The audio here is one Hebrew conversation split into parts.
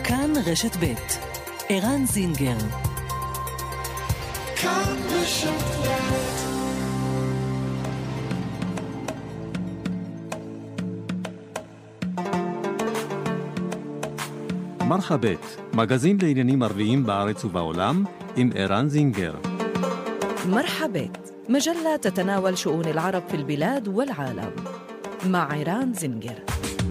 כאן רשת ב' ערן זינגר. כאן רשת ב'. מרחבת, מגזין לעניינים ערביים בארץ ובעולם עם ערן זינגר. مرحبت مجلة تتناول شؤون العرب في البلاد والعالم مع عران زنجر.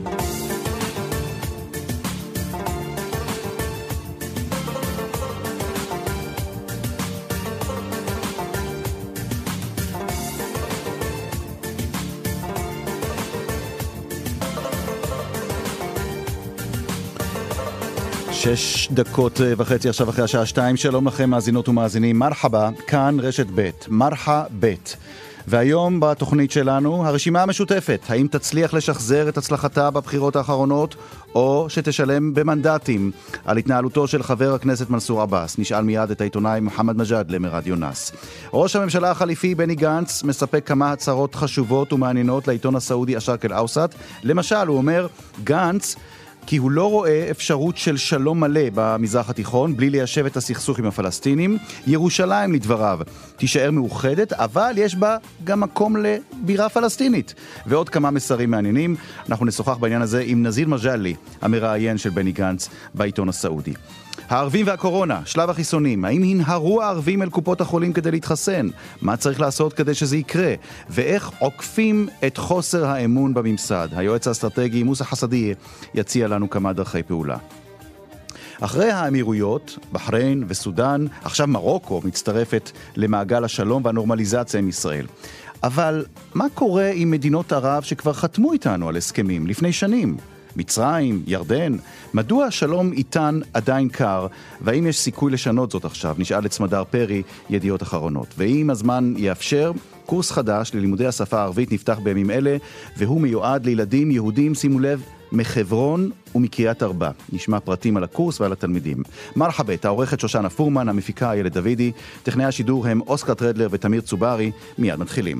שש דקות וחצי עכשיו אחרי השעה 2. שלום לכם מאזינות ומאזינים, מרחבה, כאן רשת ב', מרחבת. והיום בתוכנית שלנו הרשימה המשותפת, האם תצליח לשחזר את הצלחתה בבחירות האחרונות או שתשלם במנדטים על התנהלותו של חבר הכנסת מנסור עבאס. נשאל מיד את העיתונאי מוחמד מג'אדלה מרדיו נאס. ראש הממשלה החליפי בני גנץ מספק כמה הצהרות חשובות ומעניינות לעיתון הסעודי א-שרק אל-אווסט. למשל הוא אומר גנץ כי הוא לא רואה אפשרות של שלום מלא במזרח התיכון בלי ליישב את הסכסוך עם הפלסטינים. ירושלים לדבריו תישאר מאוחדת, אבל יש בה גם מקום לבירה פלסטינית. ועוד כמה מסרים מעניינים. אנחנו נשוחח בעניין הזה עם נזיר מג'אלי, המראיין של בני גנץ בעיתון הסעודי. הערבים והקורונה, שלב החיסונים, האם הנהרו הערבים אל קופות החולים כדי להתחסן? מה צריך לעשות כדי שזה יקרה? ואיך עוקפים את חוסר האמון בממסד? היועץ האסטרטגי מוסא חסדיה יציע לנו כמה דרכי פעולה. אחרי האמירויות, בחריין וסודן, עכשיו מרוקו מצטרפת למעגל השלום והנורמליזציה עם ישראל. אבל מה קורה עם מדינות ערב שכבר חתמו איתנו על הסכמים לפני שנים? מצרים, ירדן, מדוע השלום איתן עדיין קר, והאם יש סיכוי לשנות זאת עכשיו? נשאל את סמדר פרי, ידיעות אחרונות. ואם הזמן יאפשר, קורס חדש ללימודי השפה הערבית נפתח בימים אלה, והוא מיועד לילדים יהודים, שימו לב, מחברון ומקריית ארבע. נשמע פרטים על הקורס ועל התלמידים. מרחבת, העורכת שושנה פורמן, המפיקה איילת דוידי, טכנאי השידור הם אוסקר טרדלר ותמיר צוברי. מיד מתחילים.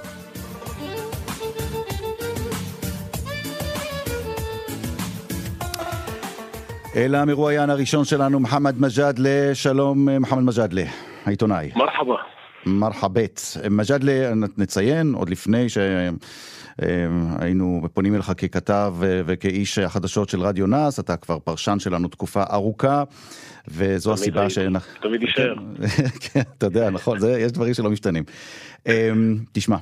אלא המרואיין הראשון שלנו, מוחמד מג'אדלה. שלום מוחמד מג'אדלה, העיתונאי. מרחבה. מרחבת. מג'אדלה, נציין, עוד לפני שהיינו פונים אליך ככתב וכאיש החדשות של רדיו נאס, אתה כבר פרשן שלנו תקופה ארוכה, וזו הסיבה תמיד יישאר. כן, אתה יודע, נכון, יש דברים שלא משתנים. תשמע,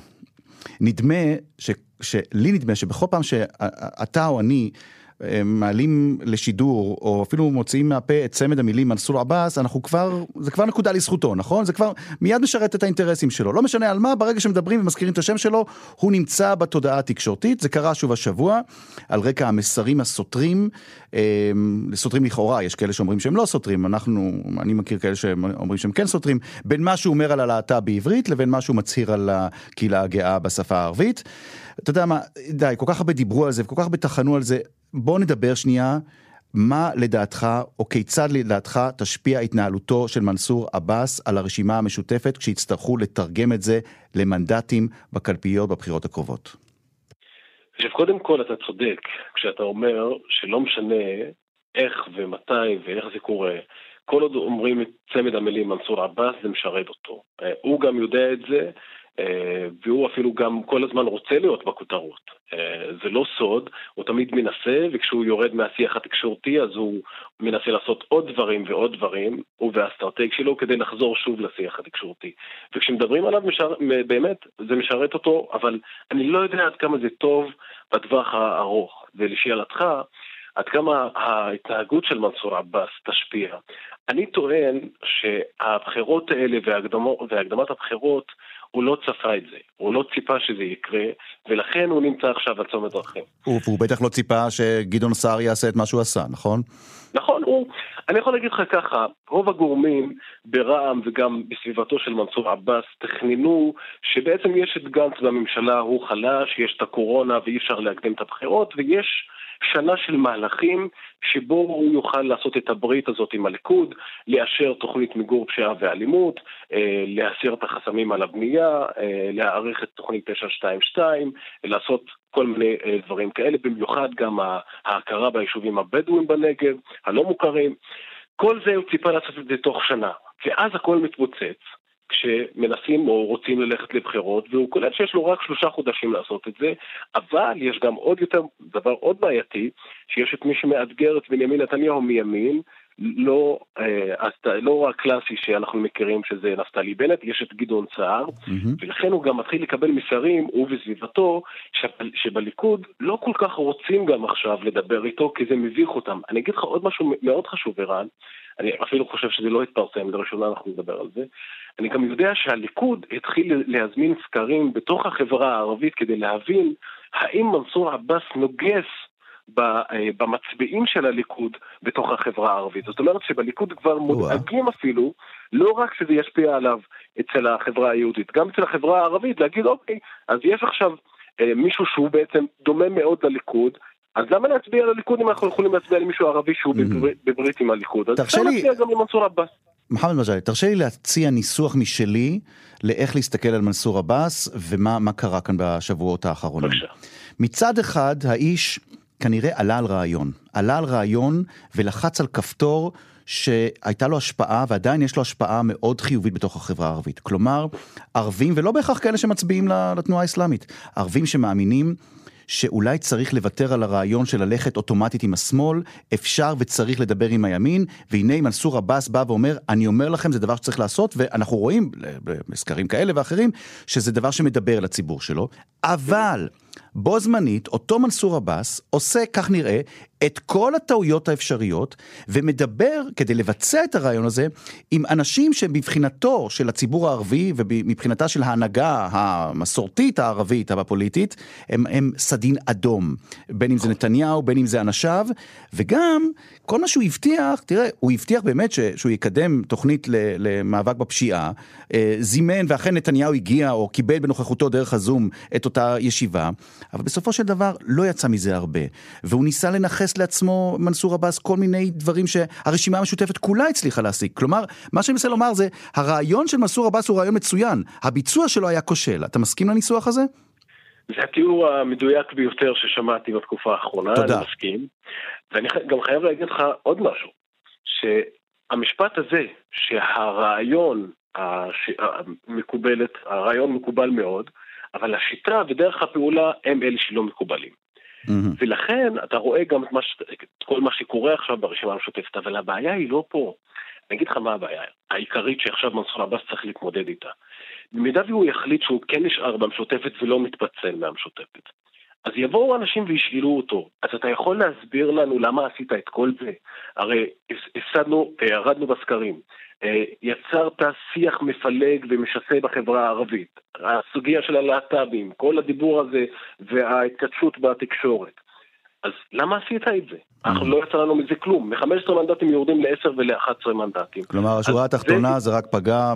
לי נדמה שבכל פעם שאתה או אני מעלים לשידור, או אפילו מוציאים מהפה את צמד המילים מנסור עבאס, זה כבר נקודה לזכותו, נכון? זה כבר מיד משרת את האינטרסים שלו. לא משנה על מה, ברגע שמדברים ומזכירים את השם שלו, הוא נמצא בתודעה התקשורתית. זה קרה שוב השבוע, על רקע המסרים הסותרים, סותרים לכאורה, יש כאלה שאומרים שהם לא סותרים, אני מכיר כאלה שאומרים שהם כן סותרים, בין מה שהוא אומר על הלהט"ב בעברית, לבין מה שהוא מצהיר על הקהילה הגאה בשפה הערבית. אתה יודע מה, די, כל כך הרבה דיברו על זה, וכל כך הרבה תחנו על זה. בוא נדבר שנייה, מה לדעתך, או כיצד לדעתך תשפיע התנהלותו של מנסור עבאס על הרשימה המשותפת, כשיצטרכו לתרגם את זה למנדטים בקלפיות בבחירות הקרובות? קודם כל אתה צודק, כשאתה אומר שלא משנה איך ומתי ואיך זה קורה, כל עוד אומרים את צמד המילים מנסור עבאס, זה משרת אותו. הוא גם יודע את זה, והוא אפילו גם כל הזמן רוצה להיות בכותרות. זה לא סוד, הוא תמיד מנסה, וכשהוא יורד מהשיח התקשורתי, אז הוא מנסה לעשות עוד דברים ועוד דברים, הוא והאסטרטג שלו, כדי לחזור שוב לשיח התקשורתי. וכשמדברים עליו, באמת, זה משרת אותו, אבל אני לא יודע עד כמה זה טוב בטווח הארוך. ולשאלתך, עד כמה ההתנהגות של מנסור עבאס תשפיע. אני טוען שהבחירות האלה והקדמת הבחירות, הוא לא צפה את זה, הוא לא ציפה שזה יקרה, ולכן הוא נמצא עכשיו על צומת דרכים. והוא בטח לא ציפה שגדעון סער יעשה את מה שהוא עשה, נכון? נכון, אני יכול להגיד לך ככה, רוב הגורמים ברע"מ וגם בסביבתו של מנסור עבאס תכננו שבעצם יש את גנץ בממשלה, הוא חלש, יש את הקורונה ואי אפשר להקדים את הבחירות, ויש שנה של מהלכים שבו הוא יוכל לעשות את הברית הזאת עם הליכוד, לאשר תוכנית מיגור פשיעה ואלימות, להסיר את החסמים על הבנייה, להאריך את תוכנית 922, לעשות כל מיני דברים כאלה, במיוחד גם ההכרה ביישובים הבדואים בנגב, הלא מוכרים. כל זה הוא ציפה לעשות את זה תוך שנה, ואז הכל מתפוצץ. כשמנסים או רוצים ללכת לבחירות, והוא כולל שיש לו רק 3 חודשים לעשות את זה, אבל יש גם עוד יותר, דבר עוד בעייתי, שיש את מי שמאתגר את בנימין נתניהו מימין, לא הקלאסי שאנחנו מכירים שזה נפתלי בנט, יש את גדעון סער, ולכן הוא גם מתחיל לקבל מסרים, הוא וסביבתו, שבליכוד לא כל כך רוצים גם עכשיו לדבר איתו, כי זה מביך אותם. אני אגיד לך עוד משהו מאוד חשוב, ערן, אני אפילו חושב שזה לא התפרסם, לראשונה אנחנו נדבר על זה. אני גם יודע שהליכוד התחיל להזמין סקרים בתוך החברה הערבית כדי להבין האם מנסור עבאס נוגס במצביעים של הליכוד בתוך החברה הערבית. זאת אומרת שבליכוד כבר מודאגים אפילו, לא רק שזה ישפיע עליו אצל החברה היהודית, גם אצל החברה הערבית, להגיד אוקיי, אז יש עכשיו מישהו שהוא בעצם דומה מאוד לליכוד, אז למה להצביע לליכוד אם אנחנו יכולים להצביע למישהו ערבי שהוא בברית עם הליכוד? אז אפשר להצביע גם למנסור עבאס. מוחמד מג'אלי, תרשה לי להציע ניסוח משלי לאיך להסתכל על מנסור עבאס ומה קרה כאן בשבועות האחרונים. מצד אחד, האיש כנראה עלה על רעיון ולחץ על כפתור שהייתה לו השפעה, ועדיין יש לו השפעה מאוד חיובית בתוך החברה הערבית. כלומר, ערבים, ולא בהכרח כאלה שמצביעים לתנועה האסלאמית, ערבים שמאמינים שאולי צריך לוותר על הרעיון של ללכת אוטומטית עם השמאל, אפשר וצריך לדבר עם הימין, והנה מנסור עבאס בא ואומר, אני אומר לכם, זה דבר שצריך לעשות, ואנחנו רואים, בסקרים כאלה ואחרים, שזה דבר שמדבר לציבור שלו, אבל בו זמנית, אותו מנסור עבאס עושה, כך נראה, את כל הטעויות האפשריות, ומדבר כדי לבצע את הרעיון הזה, עם אנשים שמבחינתו של הציבור הערבי, ומבחינתה של ההנהגה המסורתית הערבית, הפוליטית, הם סדין אדום. בין אם זה נתניהו, בין אם זה אנשיו, וגם כל מה שהוא הבטיח, תראה, הוא הבטיח באמת שהוא יקדם תוכנית למאבק בפשיעה, זימן, ואכן נתניהו הגיע, או קיבל בנוכחותו דרך הזום את אותה ישיבה, אבל בסופו של דבר לא יצא מזה הרבה, והוא ניסה לנחס לעצמו מנסור עבאס כל מיני דברים שהרשימה המשותפת כולה הצליחה להשיג. כלומר, מה שאני מנסה לומר זה, הרעיון של מנסור עבאס הוא רעיון מצוין, הביצוע שלו היה כושל. אתה מסכים לניסוח הזה? זה התיאור המדויק ביותר ששמעתי בתקופה האחרונה. תודה. אני מסכים. ואני גם חייב להגיד לך עוד משהו, שהמשפט הזה, שהרעיון הרעיון מקובל מאוד, אבל השיטה ודרך הפעולה הם אלה שלא מקובלים. ולכן אתה רואה גם את כל מה שקורה עכשיו ברשימה המשותפת, אבל הבעיה היא לא פה. אני אגיד לך מה הבעיה העיקרית שעכשיו מנסור עבאס צריך להתמודד איתה. במידה והוא יחליט שהוא כן נשאר במשותפת ולא מתפצל מהמשותפת, אז יבואו אנשים וישאלו אותו, אז אתה יכול להסביר לנו למה עשית את כל זה? הרי ירדנו בסקרים, יצרת שיח מפלג ומשסה בחברה הערבית, הסוגיה של הלהט"בים, כל הדיבור הזה וההתקדשות בתקשורת. אז למה עשית את זה? אנחנו לא יצא לנו מזה כלום. מ-15 מנדטים יורדים ל-10 ול-11 מנדטים. כלומר, השורה התחתונה זה רק פגע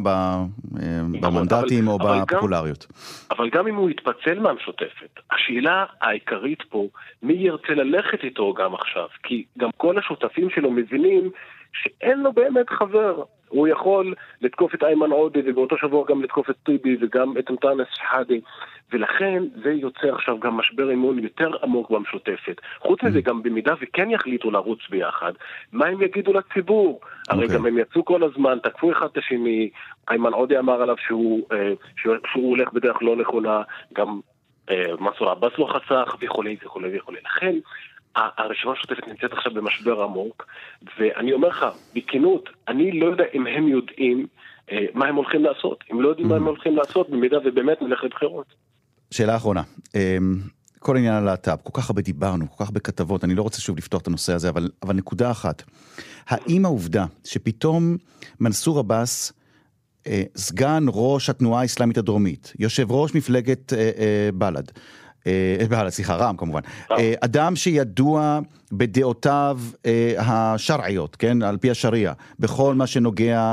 במנדטים או בפופולריות. אבל גם אם הוא יתפצל מהמשותפת, השאלה העיקרית פה, מי ירצה ללכת איתו גם עכשיו? כי גם כל השותפים שלו מבינים שאין לו באמת חבר. הוא יכול לתקוף את איימן עודה, ובאותו שבוע גם לתקוף את טיבי וגם את אנטאנס שחאדי, ולכן זה יוצא עכשיו גם משבר אמון יותר עמוק במשותפת. חוץ מזה גם במידה וכן יחליטו לרוץ ביחד, מה הם יגידו לציבור? הרי גם הם יצאו כל הזמן, תקפו אחד את השני, איימן עודה אמר עליו שהוא הולך בדרך לא נכונה, גם מנסור עבאס לא חסך וכולי וכולי וכולי. לכן הרשימה המשותפת נמצאת עכשיו במשבר עמוק, ואני אומר לך, בכנות, אני לא יודע אם הם יודעים מה הם הולכים לעשות. אם לא יודעים מה הם הולכים לעשות, במידה ובאמת נלך לבחירות. שאלה אחרונה, כל עניין הלהט"ב, כל כך הרבה דיברנו, כל כך הרבה כתבות, אני לא רוצה שוב לפתוח את הנושא הזה, אבל נקודה אחת, האם העובדה שפתאום מנסור עבאס, סגן ראש התנועה האסלאמית הדרומית, יושב ראש מפלגת בל"ד, רם כמובן, אדם שידוע בדעותיו השרעיות, כן, על פי השריעה, בכל מה שנוגע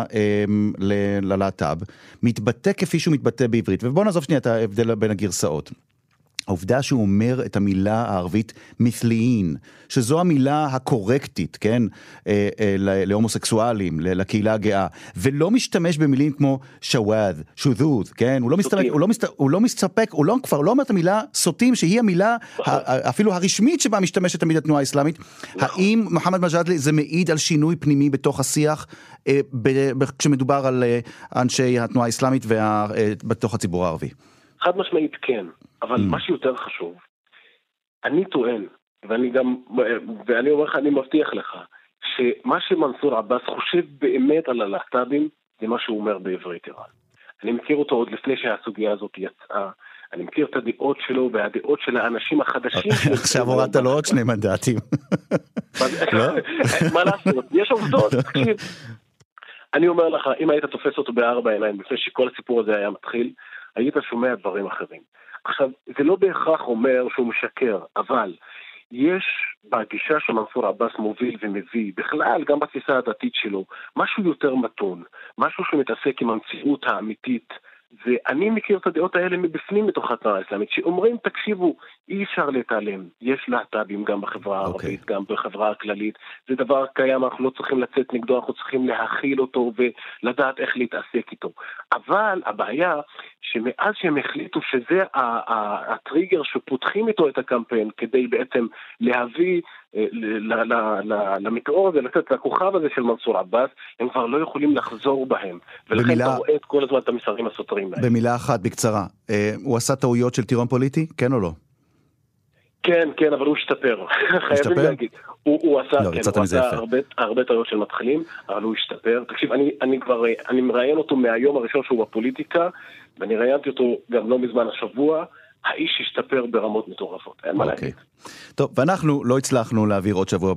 ללהט"ב, מתבטא כפי שהוא מתבטא בעברית, ובואו נעזוב שנייה את ההבדל בין הגרסאות. העובדה שהוא אומר את המילה הערבית מת'ליין, שזו המילה הקורקטית, כן, להומוסקסואלים, לקהילה הגאה, ולא משתמש במילים כמו שוואד, שודוד, כן, הוא לא מסתפק, הוא כבר לא אומר את המילה סוטים, שהיא המילה אפילו הרשמית שבה משתמשת תמיד התנועה האסלאמית. האם מוחמד מג'אדלה זה מעיד על שינוי פנימי בתוך השיח, כשמדובר על אנשי התנועה האסלאמית בתוך הציבור הערבי? חד משמעית כן, אבל מה שיותר חשוב, אני טוען, ואני אומר לך, אני מבטיח לך, שמה שמנסור עבאס חושב באמת על הלהט"בים, זה מה שהוא אומר בעברית איראן. אני מכיר אותו עוד לפני שהסוגיה הזאת יצאה, אני מכיר את הדעות שלו והדעות של האנשים החדשים. עכשיו הורדת לו עוד 2 מנדטים. מה לעשות? יש עובדות, תקשיב. אני אומר לך, אם היית תופס אותו ב4 עיניים, לפני שכל הסיפור הזה היה מתחיל, היית שומע דברים אחרים. עכשיו, זה לא בהכרח אומר שהוא משקר, אבל יש בגישה שמנסור עבאס מוביל ומביא, בכלל גם בתפיסה הדתית שלו, משהו יותר מתון, משהו שמתעסק עם המציאות האמיתית, ואני מכיר את הדעות האלה מבפנים מתוך התנועה האסלאמית, שאומרים, תקשיבו, אי אפשר להתעלם, יש להט"בים גם בחברה הערבית, גם בחברה הכללית, זה דבר קיים, אנחנו לא צריכים לצאת נגדו, אנחנו צריכים להכיל אותו ולדעת איך להתעסק איתו. אבל הבעיה, שמאז שהם החליטו שזה הטריגר שפותחים איתו את הקמפיין, כדי בעצם להביא למקור הזה, לתת לכוכב הזה של מנסור עבאס, הם כבר לא יכולים לחזור בהם. ולכן אתה רואה את כל הזמן את המסרים הסותרים להם. במילה אחת, בקצרה, הוא עשה טעויות של טירון פוליטי? כן או לא? כן, כן, אבל הוא השתפר. חייבים להגיד. הוא עשה הרבה טעויות של מתחילים, אבל הוא השתפר. תקשיב, אני מראיין אותו מהיום הראשון שהוא בפוליטיקה, ואני ראיינתי אותו גם לא מזמן השבוע, האיש השתפר ברמות מטורפות, אין מה להגיד. טוב, ואנחנו לא הצלחנו להעביר עוד שבוע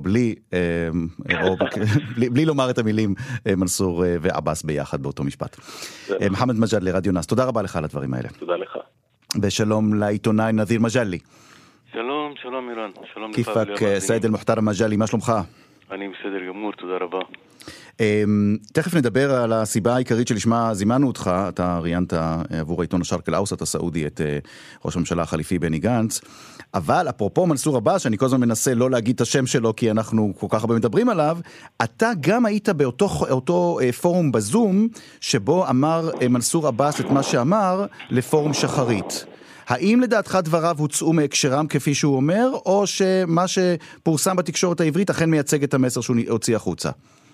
בלי לומר את המילים מנסור ועבאס ביחד באותו משפט. מוחמד מג'אדלה, רדיו נאס, תודה רבה לך על הדברים האלה. תודה לך. ושלום לעיתונאי נזיר מג'אלי. שלום, שלום אירן. שלום לך. כיפק סייד אל-מוחתרם מג'אלי, מה שלומך? אני בסדר גמור, תודה רבה. תכף נדבר על הסיבה העיקרית שלשמה זימנו אותך, אתה ראיינת עבור העיתון השרק אל-אווסט הסעודי את ראש הממשלה החליפי בני גנץ, אבל אפרופו מנסור עבאס, שאני כל הזמן מנסה לא להגיד את השם שלו כי אנחנו כל כך הרבה מדברים עליו, אתה גם היית באותו פורום בזום שבו אמר מנסור עבאס את מה שאמר לפורום שחרית. האם לדעתך דבריו הוצאו מהקשרם כפי שהוא אומר, או שמה שפורסם בתקשורת העברית אכן מייצג את המסר שהוא הוציא החוצה?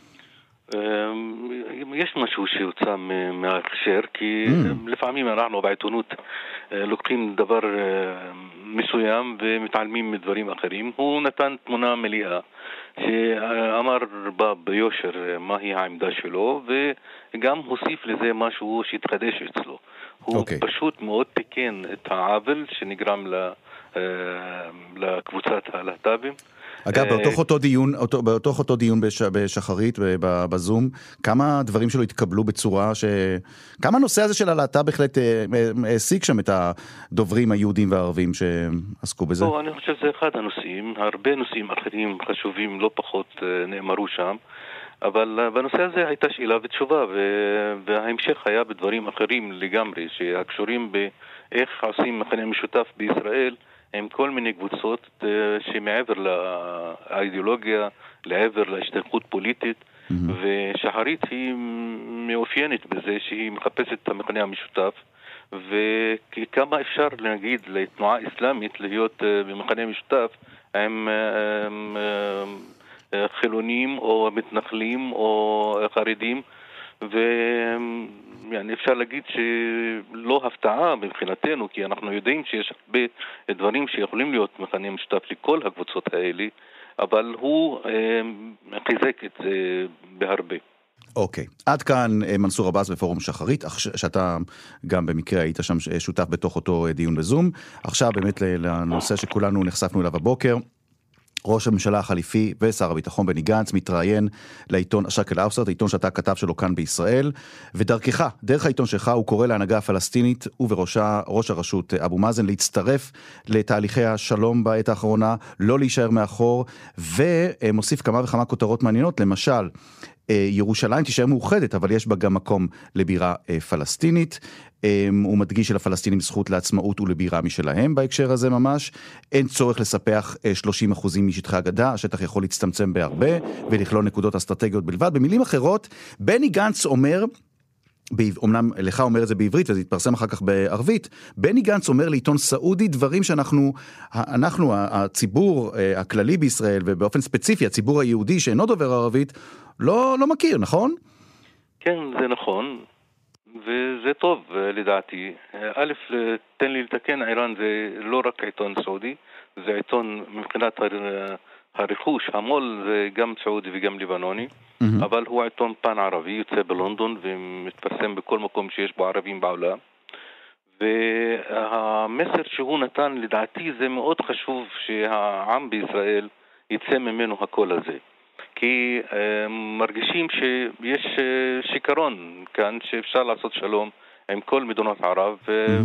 יש משהו שיוצא מההקשר, כי לפעמים אנחנו בעיתונות לוקחים דבר מסוים ומתעלמים מדברים אחרים. הוא נתן תמונה מלאה שאמר בה ביושר מהי העמדה שלו, וגם הוסיף לזה משהו שהתחדש אצלו. הוא פשוט מאוד תיקן את העוול שנגרם לקבוצת הלהט"בים. אגב, באותו אותו דיון בשחרית, בזום, כמה דברים שלו התקבלו בצורה כמה הנושא הזה של הלהט"ב בהחלט העסיק שם את הדוברים היהודים והערבים שעסקו בזה? אני חושב שזה אחד הנושאים, הרבה נושאים אחרים חשובים לא פחות נאמרו שם, אבל בנושא הזה הייתה שאלה ותשובה, וההמשך היה בדברים אחרים לגמרי, שהקשורים באיך עושים מכנה משותף בישראל, עם כל מיני קבוצות שמעבר לאידיאולוגיה, לעבר להשתייכות פוליטית, ושחרית היא מאופיינת בזה שהיא מחפשת את המכנה המשותף, וכמה אפשר להגיד לתנועה אסלאמית להיות במכנה משותף עם חילונים או מתנחלים או חרדים, ואני אפשר להגיד שלא הפתעה מבחינתנו, כי אנחנו יודעים שיש הרבה דברים שיכולים להיות מכנה משותף לכל הקבוצות האלה, אבל הוא חיזק את זה בהרבה. אוקיי, עד כאן מנסור עבאס בפורום שחרית, שאתה גם במקרה היית שם שותף בתוך אותו דיון בזום. עכשיו באמת לנושא שכולנו נחשפנו אליו הבוקר, ראש הממשלה החליפי ושר הביטחון בני גנץ מתראיין לעיתון השרק אל-אווסט, העיתון שאתה כתב שלו כאן בישראל, ודרכך, דרך העיתון שלך, הוא קורא להנהגה הפלסטינית ובראשה ראש הרשות אבו מאזן להצטרף לתהליכי השלום בעת האחרונה, לא להישאר מאחור, ומוסיף כמה וכמה כותרות מעניינות, למשל, ירושלים תישאר מאוחדת, אבל יש בה גם מקום לבירה פלסטינית. הוא מדגיש שלפלסטינים זכות לעצמאות ולבירה משלהם בהקשר הזה ממש. אין צורך לספח 30% משטחי הגדה, השטח יכול להצטמצם בהרבה ולכלול נקודות אסטרטגיות בלבד. במילים אחרות, בני גנץ אומר, אומנם לך אומר את זה בעברית וזה יתפרסם אחר כך בערבית, בני גנץ אומר לעיתון סעודי דברים שאנחנו, הציבור הכללי בישראל ובאופן ספציפי הציבור היהודי שאינו דובר ערבית לא מכיר, נכון? כן, זה נכון וזה טוב לדעתי. א', תן לי לתקן, איראן זה לא רק עיתון סעודי, זה עיתון מבחינת הרכוש, המול זה גם סעודי וגם ליבנוני, אבל הוא עיתון פן ערבי, יוצא בלונדון ומתפרסם בכל מקום שיש בו ערבים בעולם. והמסר שהוא נתן לדעתי זה מאוד חשוב שהעם בישראל יצא ממנו הקול הזה. כי מרגישים שיש שיקרון כאן שאפשר לעשות שלום עם כל מדינות ערב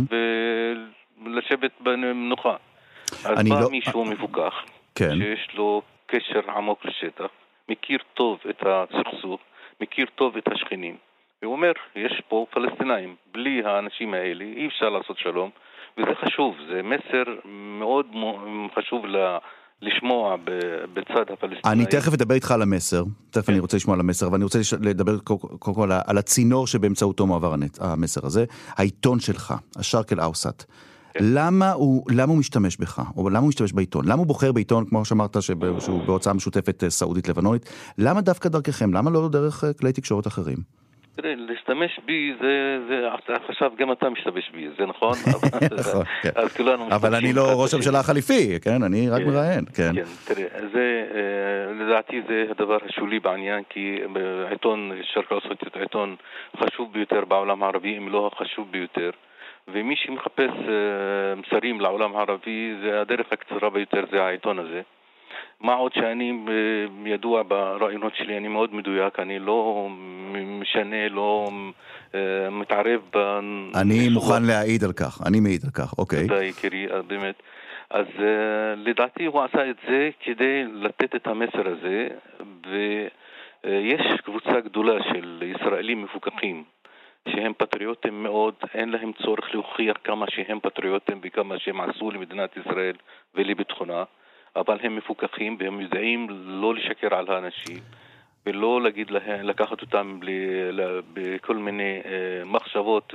ולשבת במנוחה. אז בא מישהו מפוקח, שיש לו קשר עמוק לשטח, מכיר טוב את הסכסוך, מכיר טוב את השכנים. הוא אומר, יש פה פלסטינאים, בלי האנשים האלה אי אפשר לעשות שלום, וזה חשוב, זה מסר מאוד חשוב לשמוע בצד הפלסטיני. אני תכף אדבר איתך על המסר, תכף אני רוצה לשמוע על המסר, אבל אני רוצה לדבר קודם כל על הצינור שבאמצעותו מעבר המסר הזה, העיתון שלך, השארק אל-אווסט. למה הוא משתמש בך, או למה הוא משתמש בעיתון? למה הוא בוחר בעיתון, כמו שאמרת, שהוא בהוצאה משותפת סעודית-לבנונית? למה דווקא דרככם? למה לא דרך כלי תקשורת אחרים? תראה, להשתמש בי, עכשיו גם אתה משתמש בי, זה נכון? אבל אני לא ראש הממשלה החליפי, כן? אני רק מראיין, כן. תראה, לדעתי זה הדבר השולי בעניין, כי העיתון, שארק אל-אווסט, העיתון חשוב ביותר בעולם הערבי, אם לא החשוב ביותר. ומי שמחפש מסרים לעולם הערבי, זה הדרך הקצרה ביותר, זה העיתון הזה. מה עוד שאני ידוע ברעיונות שלי, אני מאוד מדויק, אני לא משנה, לא מתערב אני מוכן להעיד על כך, אני מעיד על כך, אוקיי. תודה יקירי, באמת. אז לדעתי הוא עשה את זה כדי לתת את המסר הזה, ויש קבוצה גדולה של ישראלים מפוקחים, שהם פטריוטים מאוד, אין להם צורך להוכיח כמה שהם פטריוטים וכמה שהם עשו למדינת ישראל ולביטחונה, אבל הם מפוקחים והם יודעים לא לשקר על האנשים ולא להגיד להם, לקחת אותם בכל מיני מחשבות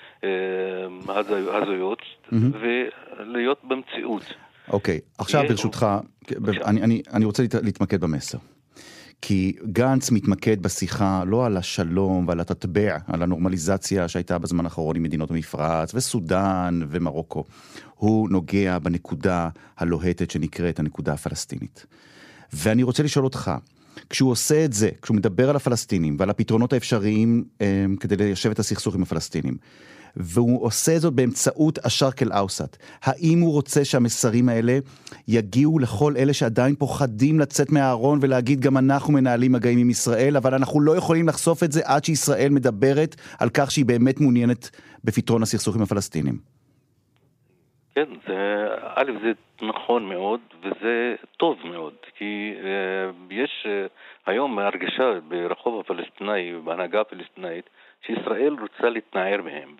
והזויות ולהיות במציאות. אוקיי, עכשיו ברשותך, אני רוצה להתמקד במסר. כי גנץ מתמקד בשיחה לא על השלום ועל התטבע, על הנורמליזציה שהייתה בזמן האחרון עם מדינות המפרץ וסודן ומרוקו. הוא נוגע בנקודה הלוהטת שנקראת הנקודה הפלסטינית. ואני רוצה לשאול אותך, כשהוא עושה את זה, כשהוא מדבר על הפלסטינים ועל הפתרונות האפשריים כדי ליישב את הסכסוך עם הפלסטינים, והוא עושה זאת באמצעות השארק אל-אווסט, האם הוא רוצה שהמסרים האלה יגיעו לכל אלה שעדיין פוחדים לצאת מהארון ולהגיד גם אנחנו מנהלים מגעים עם ישראל, אבל אנחנו לא יכולים לחשוף את זה עד שישראל מדברת על כך שהיא באמת מעוניינת בפתרון הסכסוך עם הפלסטינים? כן, זה נכון מאוד וזה טוב מאוד, כי יש היום הרגשה ברחוב הפלסטיני, בהנהגה הפלסטינאית, שישראל רוצה להתנער מהם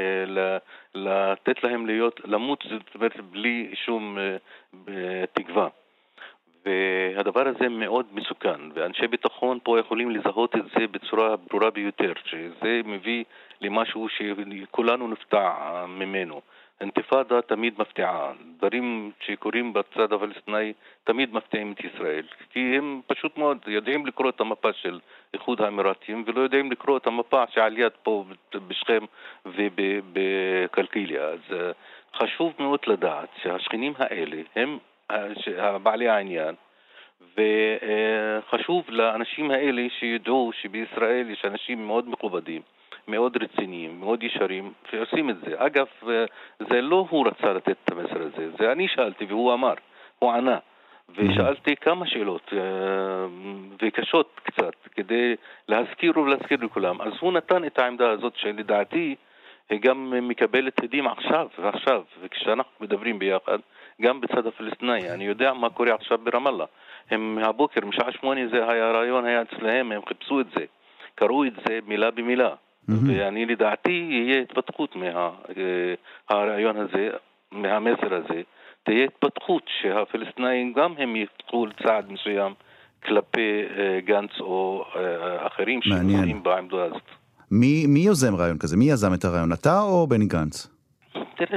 ולתת להם למות, זאת אומרת, בלי שום תקווה. והדבר הזה מאוד מסוכן, ואנשי ביטחון פה יכולים לזהות את זה בצורה ברורה ביותר, שזה מביא למשהו שכולנו נפתע ממנו. אינתיפאדה תמיד מפתיעה, דברים שקורים בצד הפלסטיני תמיד מפתיעים את ישראל, כי הם פשוט מאוד יודעים לקרוא את המפה של איחוד האמירתים ולא יודעים לקרוא את המפה שעל יד פה בשכם ובקלקיליה. אז חשוב מאוד לדעת שהשכנים האלה הם בעלי העניין, וחשוב לאנשים האלה שידעו שבישראל יש אנשים מאוד מכובדים, מאוד רציניים, מאוד ישרים, שעושים את זה. אגב, זה לא הוא רצה לתת את המסר הזה, זה אני שאלתי והוא אמר, הוא ענה. ושאלתי כמה שאלות וקשות קצת, כדי להזכיר ולהזכיר לכולם. אז הוא נתן את העמדה הזאת שלדעתי היא גם מקבלת הדים עכשיו, וכשאנחנו מדברים ביחד, גם בצד הפלסטיני, אני יודע מה קורה עכשיו ברמאללה. הם מהבוקר, משעה 8 זה היה הרעיון, היה אצלהם, הם חיפשו את זה, קראו את זה מילה במילה. ואני לדעתי יהיה התפתחות מהרעיון הזה, מהמסר הזה, תהיה התפתחות שהפלסטינאים גם הם יפתחו לצעד מסוים כלפי גנץ או אחרים שמורים בעמדו הזאת. מי יוזם רעיון כזה? מי יזם את הרעיון? אתה או בני גנץ? תראה,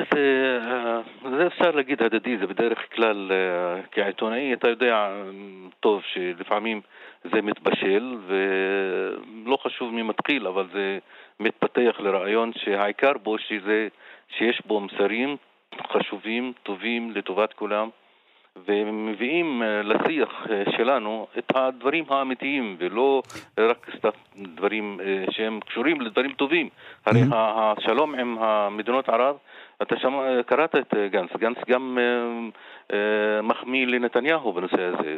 זה אפשר להגיד הדדי, זה בדרך כלל כעיתונאי, אתה יודע טוב שלפעמים זה מתבשל ולא חשוב מי מתחיל, אבל זה מתפתח לרעיון שהעיקר בו שיש בו מסרים חשובים, טובים לטובת כולם, ומביאים לשיח שלנו את הדברים האמיתיים ולא רק דברים שהם קשורים לדברים טובים. הרי השלום עם המדינות ערב, אתה קראת את גנץ, גנץ גם מחמיא לנתניהו בנושא הזה,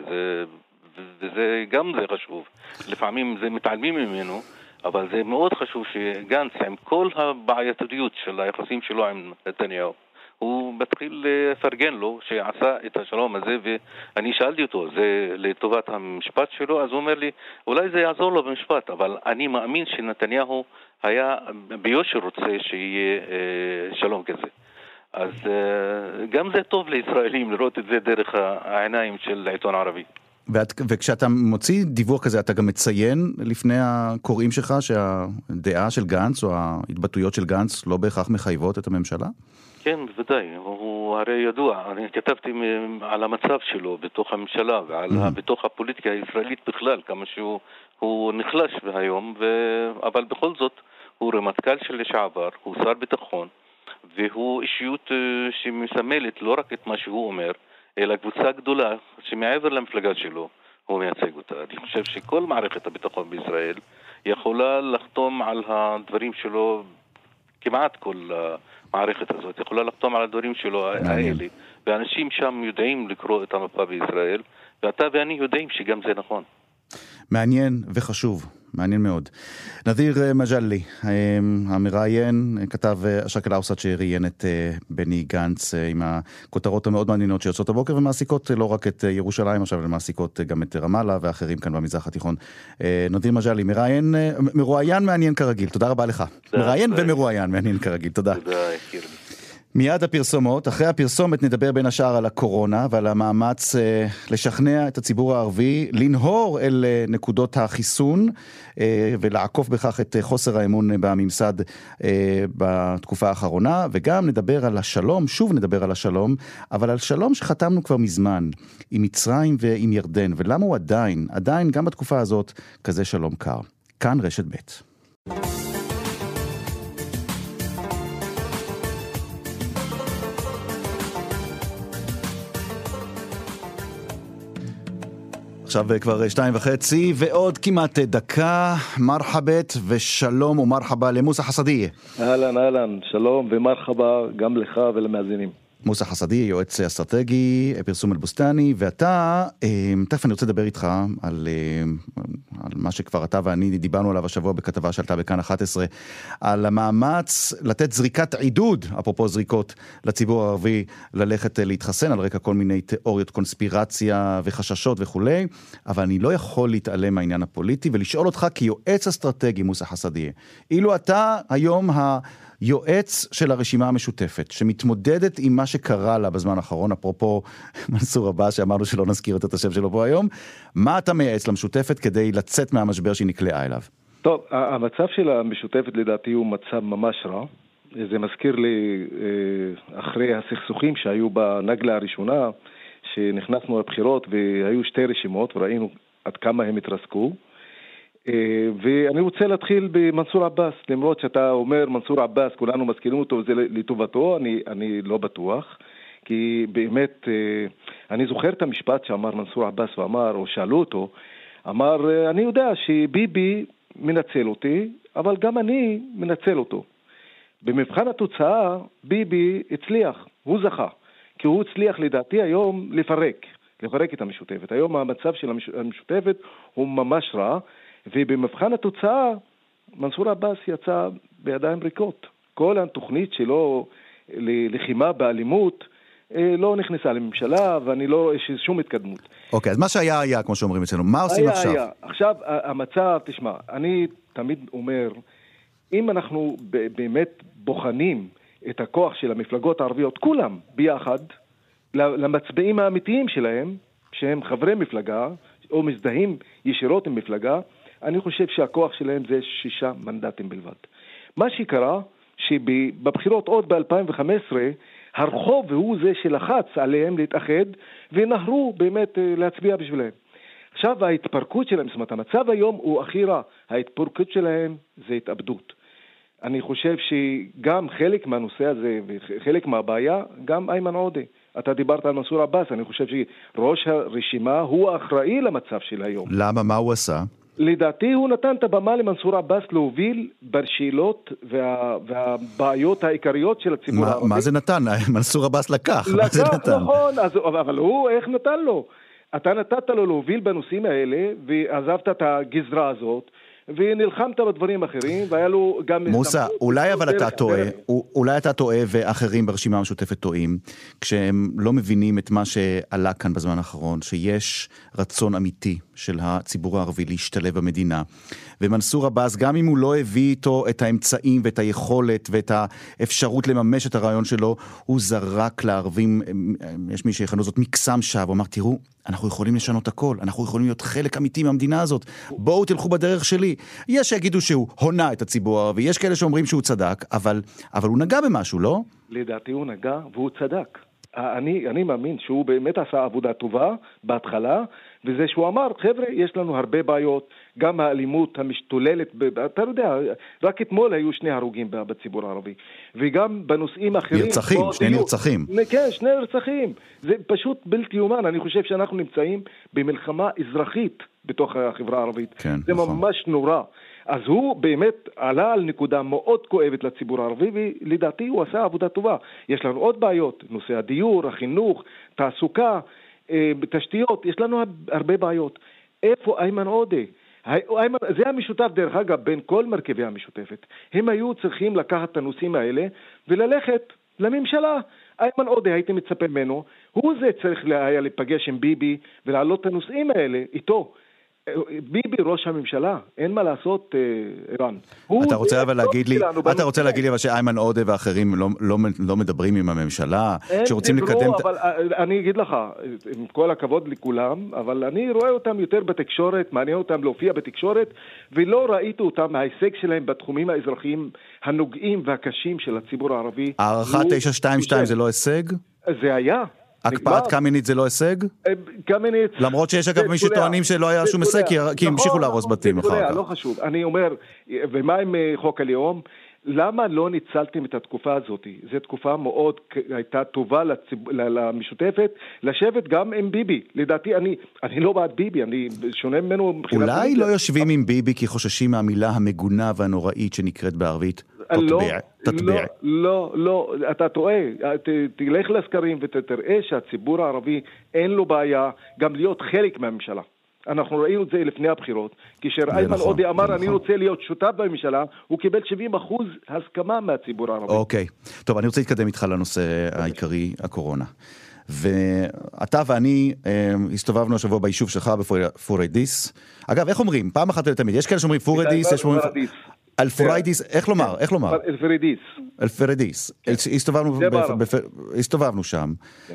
וזה גם זה חשוב. לפעמים זה מתעלמים ממנו, אבל זה מאוד חשוב שגנץ עם כל הבעייתיות של היחסים שלו עם נתניהו, הוא מתחיל לפרגן לו שעשה את השלום הזה, ואני שאלתי אותו, זה לטובת המשפט שלו? אז הוא אומר לי, אולי זה יעזור לו במשפט, אבל אני מאמין שנתניהו היה ביושר רוצה שיהיה שלום כזה. אז גם זה טוב לישראלים לראות את זה דרך העיניים של העיתון הערבי. וכשאתה מוציא דיווח כזה, אתה גם מציין לפני הקוראים שלך שהדעה של גנץ או ההתבטאויות של גנץ לא בהכרח מחייבות את הממשלה? כן, בוודאי. הוא הרי ידוע. אני כתבתי על המצב שלו בתוך הממשלה ובתוך הפוליטיקה הישראלית בכלל, כמה שהוא נחלש היום, אבל בכל זאת הוא רמטכ"ל של לשעבר, הוא שר ביטחון, והוא אישיות שמסמלת לא רק את מה שהוא אומר, אלא קבוצה גדולה שמעבר למפלגה שלו הוא מייצג אותה. אני חושב שכל מערכת הביטחון בישראל יכולה לחתום על הדברים שלו, כמעט כל המערכת הזאת יכולה לחתום על הדברים שלו האלה, ואנשים שם יודעים לקרוא את המפה בישראל, ואתה ואני יודעים שגם זה נכון. מעניין וחשוב, מעניין מאוד. נדיר מג'לי, המראיין, כתב השקל האוסט שראיין את בני גנץ עם הכותרות המאוד מעניינות שיוצאות הבוקר ומעסיקות לא רק את ירושלים עכשיו, אלא מעסיקות גם את רמאללה ואחרים כאן במזרח התיכון. נדיר מג'לי, מרואיין מעניין כרגיל, תודה רבה לך. מראיין ומרואיין מעניין כרגיל, תודה. תודה, יקיר. מיד הפרסומות, אחרי הפרסומת נדבר בין השאר על הקורונה ועל המאמץ לשכנע את הציבור הערבי לנהור אל נקודות החיסון ולעקוף בכך את חוסר האמון בממסד בתקופה האחרונה, וגם נדבר על השלום, שוב נדבר על השלום, אבל על שלום שחתמנו כבר מזמן עם מצרים ועם ירדן, ולמה הוא עדיין גם בתקופה הזאת כזה שלום קר. כאן רשת ב'. עכשיו כבר 2:30 ועוד כמעט דקה. מרחבת ושלום ומרחבה למוסא חסדיה. אהלן, שלום ומרחבה גם לך ולמאזינים. מוסא חסדיה, יועץ אסטרטגי, פרסום אל-בוסתני, ואתה, תכף אני רוצה לדבר איתך על מה שכבר אתה ואני דיברנו עליו השבוע בכתבה שעלתה בכאן 11, על המאמץ לתת זריקת עידוד, אפרופו זריקות, לציבור הערבי ללכת להתחסן, על רקע כל מיני תיאוריות קונספירציה וחששות וכו', אבל אני לא יכול להתעלם מהעניין הפוליטי ולשאול אותך כיועץ אסטרטגי, מוסא חסדיה, אילו אתה היום יועץ של הרשימה המשותפת, שמתמודדת עם מה שקרה לה בזמן האחרון, אפרופו מנסור עבאס, שאמרנו שלא נזכיר את השם שלו פה היום, מה אתה מייעץ למשותפת כדי לצאת מהמשבר שהיא נקלעה אליו? טוב, המצב של המשותפת לדעתי הוא מצב ממש רע. זה מזכיר לי אחרי הסכסוכים שהיו בנגלה הראשונה, שנכנסנו לבחירות והיו שתי רשימות וראינו עד כמה הם התרסקו. ואני רוצה להתחיל במנסור עבאס, למרות שאתה אומר מנסור עבאס, כולנו מזכירים אותו וזה לטובתו, אני לא בטוח, כי באמת, אני זוכר את המשפט שאמר מנסור עבאס, ואמר, או שאלו אותו, אמר, אני יודע שביבי מנצל אותי, אבל גם אני מנצל אותו. במבחן התוצאה, ביבי הצליח, הוא זכה, כי הוא הצליח לדעתי היום לפרק את המשותפת. היום המצב של המשותפת הוא ממש רע, ובמבחן התוצאה, מנסור עבאס יצא בידיים ריקות. כל התוכנית שלו ללחימה באלימות לא נכנסה לממשלה, ואני לא רואה שום התקדמות. אוקיי, אז מה שהיה היה, כמו שאומרים אצלנו, מה עושים עכשיו? היה. עכשיו, המצב, תשמע, אני תמיד אומר, אם אנחנו באמת בוחנים את הכוח של המפלגות הערביות, כולם ביחד, למצביעים האמיתיים שלהם, שהם חברי מפלגה, או מזדהים ישירות עם מפלגה, אני חושב שהכוח שלהם זה 6 מנדטים בלבד. מה שקרה, שבבחירות עוד ב-2015, הרחוב הוא זה שלחץ עליהם להתאחד, ונהרו באמת להצביע בשבילהם. עכשיו ההתפרקות שלהם, זאת אומרת, המצב היום הוא הכי רע. ההתפרקות שלהם זה התאבדות. אני חושב שגם חלק מהנושא הזה, וחלק מהבעיה, גם איימן עודה. אתה דיברת על מנסור עבאס, אני חושב שראש הרשימה הוא האחראי למצב של היום. למה? מה הוא עשה? לדעתי הוא נתן את הבמה למנסור עבאס להוביל בשאלות והבעיות העיקריות של הציבור הערבי. מה זה נתן? מנסור עבאס לקח. לקח, נכון, אבל הוא, איך נתן לו? אתה נתת לו להוביל בנושאים האלה, ועזבת את הגזרה הזאת, ונלחמת בדברים אחרים, והיה לו גם... מוסא, אולי אבל אתה טועה, אולי אתה טועה ואחרים ברשימה המשותפת טועים, כשהם לא מבינים את מה שעלה כאן בזמן האחרון, שיש רצון אמיתי של הציבור הערבי להשתלב במדינה, ומנסור עבאס, גם אם הוא לא הביא איתו את האמצעים ואת היכולת ואת האפשרות לממש את הרעיון שלו, הוא זרק לערבים, יש מי שיכנו זאת מקסם שווא, הוא אמר, תראו, אנחנו יכולים לשנות הכל, אנחנו יכולים להיות חלק אמיתי מהמדינה הזאת, בואו תלכו בדרך שלי. יש שיגידו שהוא הונה את הציבור הערבי, יש כאלה שאומרים שהוא צדק, אבל הוא נגע במשהו, לא? לדעתי הוא נגע והוא צדק. אני מאמין שהוא באמת עשה עבודה טובה בהתחלה, וזה שהוא אמר, חבר'ה, יש לנו הרבה בעיות, גם האלימות המשתוללת, אתה יודע, רק אתמול היו 2 הרוגים בציבור הערבי, וגם בנושאים אחרים... נרצחים, 2 נרצחים. כן, 2 נרצחים. זה פשוט בלתי יומן. אני חושב שאנחנו נמצאים במלחמה אזרחית בתוך החברה הערבית. כן, זה נכון. ממש נורא. אז הוא באמת עלה על נקודה מאוד כואבת לציבור הערבי, ולדעתי הוא עשה עבודה טובה. יש לנו עוד בעיות, נושא הדיור, החינוך, תעסוקה, תשתיות, יש לנו הרבה בעיות. איפה איימן עודה? זה המשותף דרך אגב בין כל מרכיבי המשותפת. הם היו צריכים לקחת את הנושאים האלה וללכת לממשלה. איימן עודה, הייתי מצפה ממנו, הוא זה צריך היה להיפגש עם ביבי ולהעלות את הנושאים האלה איתו. ביבי ראש הממשלה, אין מה לעשות, איראן. אתה רוצה אבל להגיד לי, אבל שאיימן עודה ואחרים לא מדברים עם הממשלה, שרוצים לקדם... אבל אני אגיד לך, עם כל הכבוד לכולם, אבל אני רואה אותם יותר בתקשורת, מעניין אותם להופיע בתקשורת, ולא ראיתי אותם, ההישג שלהם בתחומים האזרחיים הנוגעים והקשים של הציבור הערבי. הערכה 922 זה לא הישג? זה היה. הקפאת קמיניץ זה לא הישג? קמיניץ... למרות שיש אגב מי שטוענים שלא היה שום הישג, כי המשיכו להרוס בתים אחר כך. לא חשוב. אני אומר, ומה עם חוק הלאום? למה לא ניצלתם את התקופה הזאת? זו תקופה מאוד הייתה טובה למשותפת, לשבת גם עם ביבי. לדעתי, אני לא בעד ביבי, אני שונה ממנו... אולי לא יושבים עם ביבי כי חוששים מהמילה המגונה והנוראית שנקראת בערבית? תטביע. לא, אתה טועה. תלך לסקרים ותראה שהציבור הערבי אין לו בעיה גם להיות חלק מהממשלה. אנחנו ראינו את זה לפני הבחירות, כשאיימן עודה אמר אני רוצה להיות שותף בממשלה, הוא קיבל 70% הסכמה מהציבור הערבי. אוקיי, טוב, אני רוצה להתקדם איתך לנושא העיקרי, הקורונה. ואתה ואני הסתובבנו השבוע ביישוב שלך בפוריידיס. אגב, איך אומרים? פעם אחת לתמיד, יש כאלה שאומרים פוריידיס, יש שאומרים... אלפוריידיס, איך לומר? אלפוריידיס. הסתובבנו שם,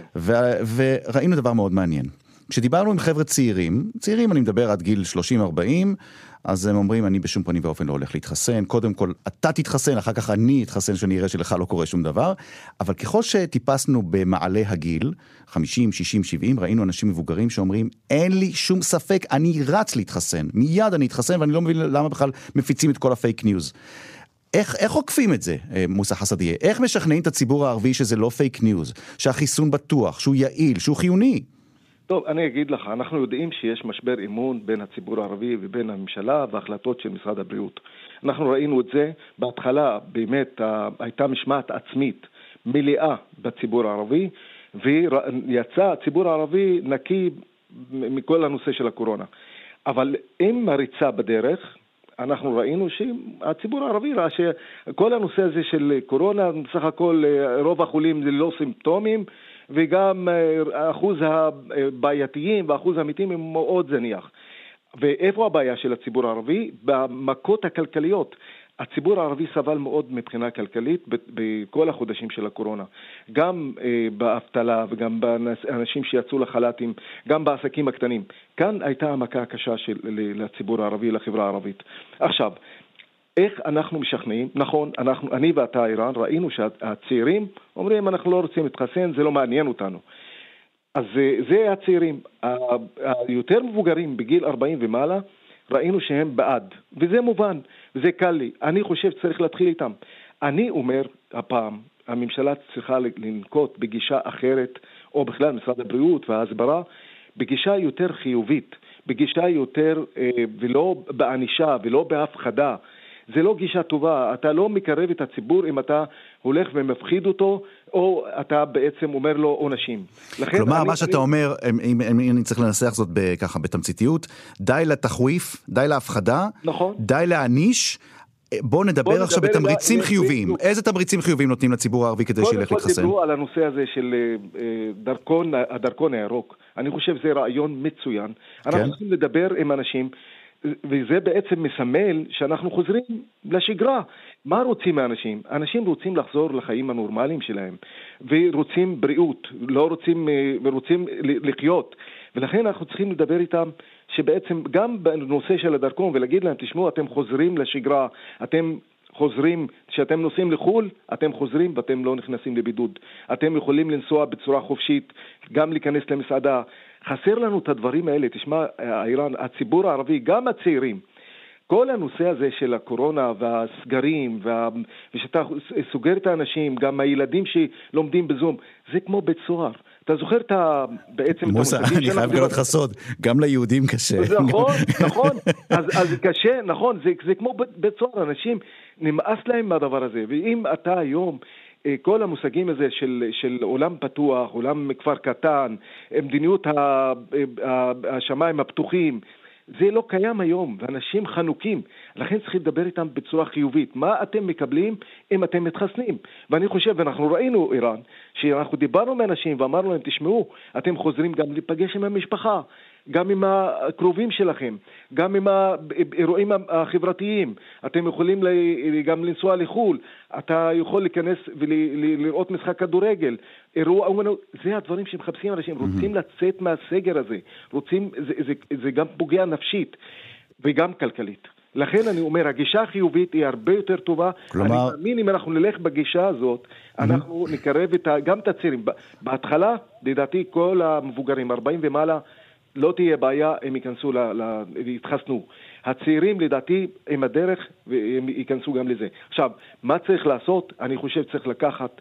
וראינו דבר מאוד מעניין. כשדיברנו עם חבר'ה צעירים, אני מדבר עד גיל 30-40, אז הם אומרים, אני בשום פנים ואופן לא הולך להתחסן, קודם כל אתה תתחסן, אחר כך אני אתחסן שאני אראה שלך לא קורה שום דבר, אבל ככל שטיפסנו במעלה הגיל, 50, 60, 70, ראינו אנשים מבוגרים שאומרים, אין לי שום ספק, אני רץ להתחסן, מיד אני אתחסן, ואני לא מבין למה בכלל מפיצים את כל הפייק ניוז. איך עוקפים את זה, מוסא חסדיה? איך משכנעים את הציבור הערבי שזה לא פייק ניוז, שהחיסון בטוח, שהוא יעיל, שהוא חיוני? טוב, אני אגיד לך, אנחנו יודעים שיש משבר אמון בין הציבור הערבי ובין הממשלה וההחלטות של משרד הבריאות. אנחנו ראינו את זה, בהתחלה באמת הייתה משמעת עצמית מלאה בציבור הערבי, ויצא הציבור הערבי נקי מכל הנושא של הקורונה. אבל עם הריצה בדרך, אנחנו ראינו שהציבור הערבי ראה שכל הנושא הזה של קורונה, בסך הכל רוב החולים זה לא סימפטומים, וגם אחוז הבעייתיים ואחוז המתים הם מאוד זניח. ואיפה הבעיה של הציבור הערבי? במכות הכלכליות. הציבור הערבי סבל מאוד מבחינה כלכלית בכל החודשים של הקורונה. גם באבטלה וגם באנשים שיצאו לחל"תים, גם בעסקים הקטנים. כאן הייתה המכה הקשה לציבור הערבי, לחברה הערבית. עכשיו, איך אנחנו משכנעים? נכון, אני ואתה איראן ראינו שהצעירים אומרים אנחנו לא רוצים להתחסן, זה לא מעניין אותנו. אז זה הצעירים. היותר מבוגרים בגיל 40 ומעלה, ראינו שהם בעד, וזה מובן, וזה קל לי. אני חושב שצריך להתחיל איתם. אני אומר, הפעם, הממשלה צריכה לנקוט בגישה אחרת, או בכלל משרד הבריאות וההסברה, בגישה יותר חיובית, בגישה יותר, ולא באנישה, ולא בהפחדה. זה לא גישה טובה, אתה לא מקרב את הציבור אם אתה הולך ומפחיד אותו, או אתה בעצם אומר לו עונשים. כלומר, מה שאתה אומר, אם אני צריך לנסח זאת ככה בתמציתיות, די לתחוויף, די להפחדה, נכון. די להעניש, בוא נדבר עכשיו בתמריצים חיוביים. איזה תמריצים חיוביים נותנים לציבור הערבי כדי שילך להתחסן? קודם כל דיברו על הנושא הזה של הדרכון הירוק. אני חושב שזה רעיון מצוין. אנחנו צריכים לדבר עם אנשים, וזה בעצם מסמל שאנחנו חוזרים לשגרה. מה רוצים האנשים? אנשים רוצים לחזור לחיים הנורמליים שלהם, ורוצים בריאות, רוצים לחיות. ולכן אנחנו צריכים לדבר איתם שבעצם גם בנושא של הדרכון, ולהגיד להם, תשמעו, אתם חוזרים לשגרה, אתם חוזרים, שאתם נוסעים לחול, אתם חוזרים ואתם לא נכנסים לבידוד. אתם יכולים לנסוע בצורה חופשית, גם להיכנס למסעדה. חסר לנו את הדברים האלה. תשמע, איראן, הציבור הערבי, גם הצעירים, כל הנושא הזה של הקורונה והסגרים, ושאתה סוגר את האנשים, גם הילדים שלומדים בזום, זה כמו בית סוהר. אתה זוכר בעצם מוסה, אני חייב לגלות לך סוד, גם ליהודים קשה. נכון, אז קשה, נכון, זה כמו בית סוהר, אנשים נמאס להם מהדבר הזה, ואם אתה היום, כל המושגים הזה של עולם פתוח, עולם כפר קטן, מדיניות השמיים הפתוחים, זה לא קיים היום, ואנשים חנוקים. לכן צריך לדבר איתם בצורה חיובית. מה אתם מקבלים אם אתם מתחסנים? ואני חושב, ואנחנו ראינו איראן, שאנחנו דיברנו מאנשים ואמרנו להם, תשמעו, אתם חוזרים גם להיפגש עם המשפחה, גם עם הקרובים שלכם, גם עם האירועים החברתיים. אתם יכולים גם לנסוע לחול, אתה יכול להיכנס ולראות משחק כדורגל, אירוע, זה הדברים שמחפשים אנשים, רוצים לצאת מהסגר הזה, זה גם פוגע נפשית וגם כלכלית. לכן אני אומר, הגישה החיובית היא הרבה יותר טובה. אני מאמין אם אנחנו נלך בגישה הזאת, אנחנו נקרב גם את הצעירים. בהתחלה, לדעתי, כל המבוגרים, 40 ומעלה, לא תהיה בעיה, הם ייכנסו, יתחסנו. הצעירים, לדעתי, הם הדרך, והם ייכנסו גם לזה. עכשיו, מה צריך לעשות? אני חושב צריך לקחת,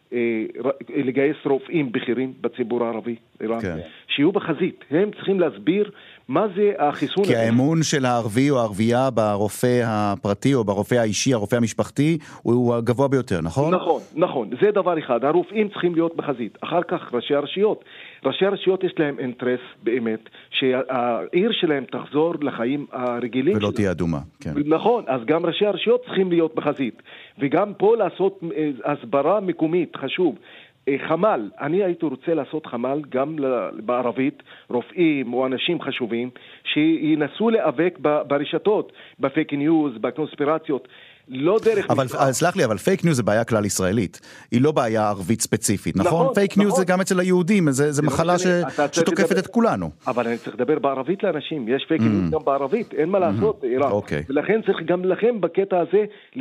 לגייס רופאים בכירים בציבור הערבי, שיהיו בחזית. הם צריכים להסביר מה זה החיסון. כי האמון של הערבי או הערבייה ברופא הפרטי או ברופא האישי, הרופא המשפחתי, הוא הגבוה ביותר, נכון? נכון. זה דבר אחד. הרופאים צריכים להיות בחזית. אחר כך ראשי הרשויות. ראשי הרשויות יש להם אינטרס באמת שהעיר שלהם תחזור לחיים הרגילים. ולא תהיה אדומה. נכון. אז גם ראשי הרשויות צריכים להיות בחזית. וגם פה לעשות הסברה מקומית, חשוב. חמל, אני הייתי רוצה לעשות חמל גם בערבית, רופאים או אנשים חשובים שינסו להיאבק ברשתות, בפייק ניוז, בקונספירציות, לא דרך... אבל סלח לי, אבל פייק ניוז זה בעיה כלל ישראלית, היא לא בעיה ערבית ספציפית, נכון? פייק ניוז זה גם אצל היהודים, זה מחלה שתוקפת את כולנו. אבל אני צריך לדבר בערבית לאנשים, יש פייק ניוז גם בערבית, אין מה לעשות, איראן. ולכן צריך גם לכם בקטע הזה,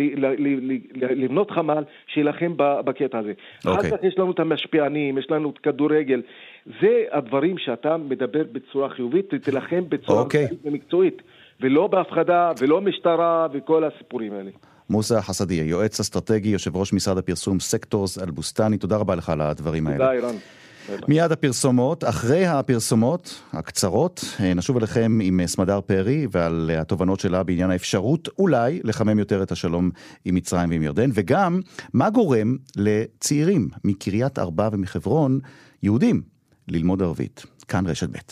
לבנות חמל שילכם בקטע הזה. אחר כך יש לנו את המשפיענים, יש לנו את כדורגל, זה הדברים שאתה מדבר בצורה חיובית, תלכם בצורה מקצועית, ולא בהפחדה, ולא משטרה, וכל הסיפורים האלה. מוסא חסדיה, יועץ אסטרטגי, יושב ראש משרד הפרסום סקטורס אלבוסטני, תודה רבה לך על הדברים האלה. תודה איראן. מיד הפרסומות, אחרי הפרסומות הקצרות, נשוב אליכם עם סמדר פרי ועל התובנות שלה בעניין האפשרות אולי לחמם יותר את השלום עם מצרים ועם ירדן, וגם מה גורם לצעירים מקריית ארבע ומחברון, יהודים, ללמוד ערבית. כאן רשת ב'.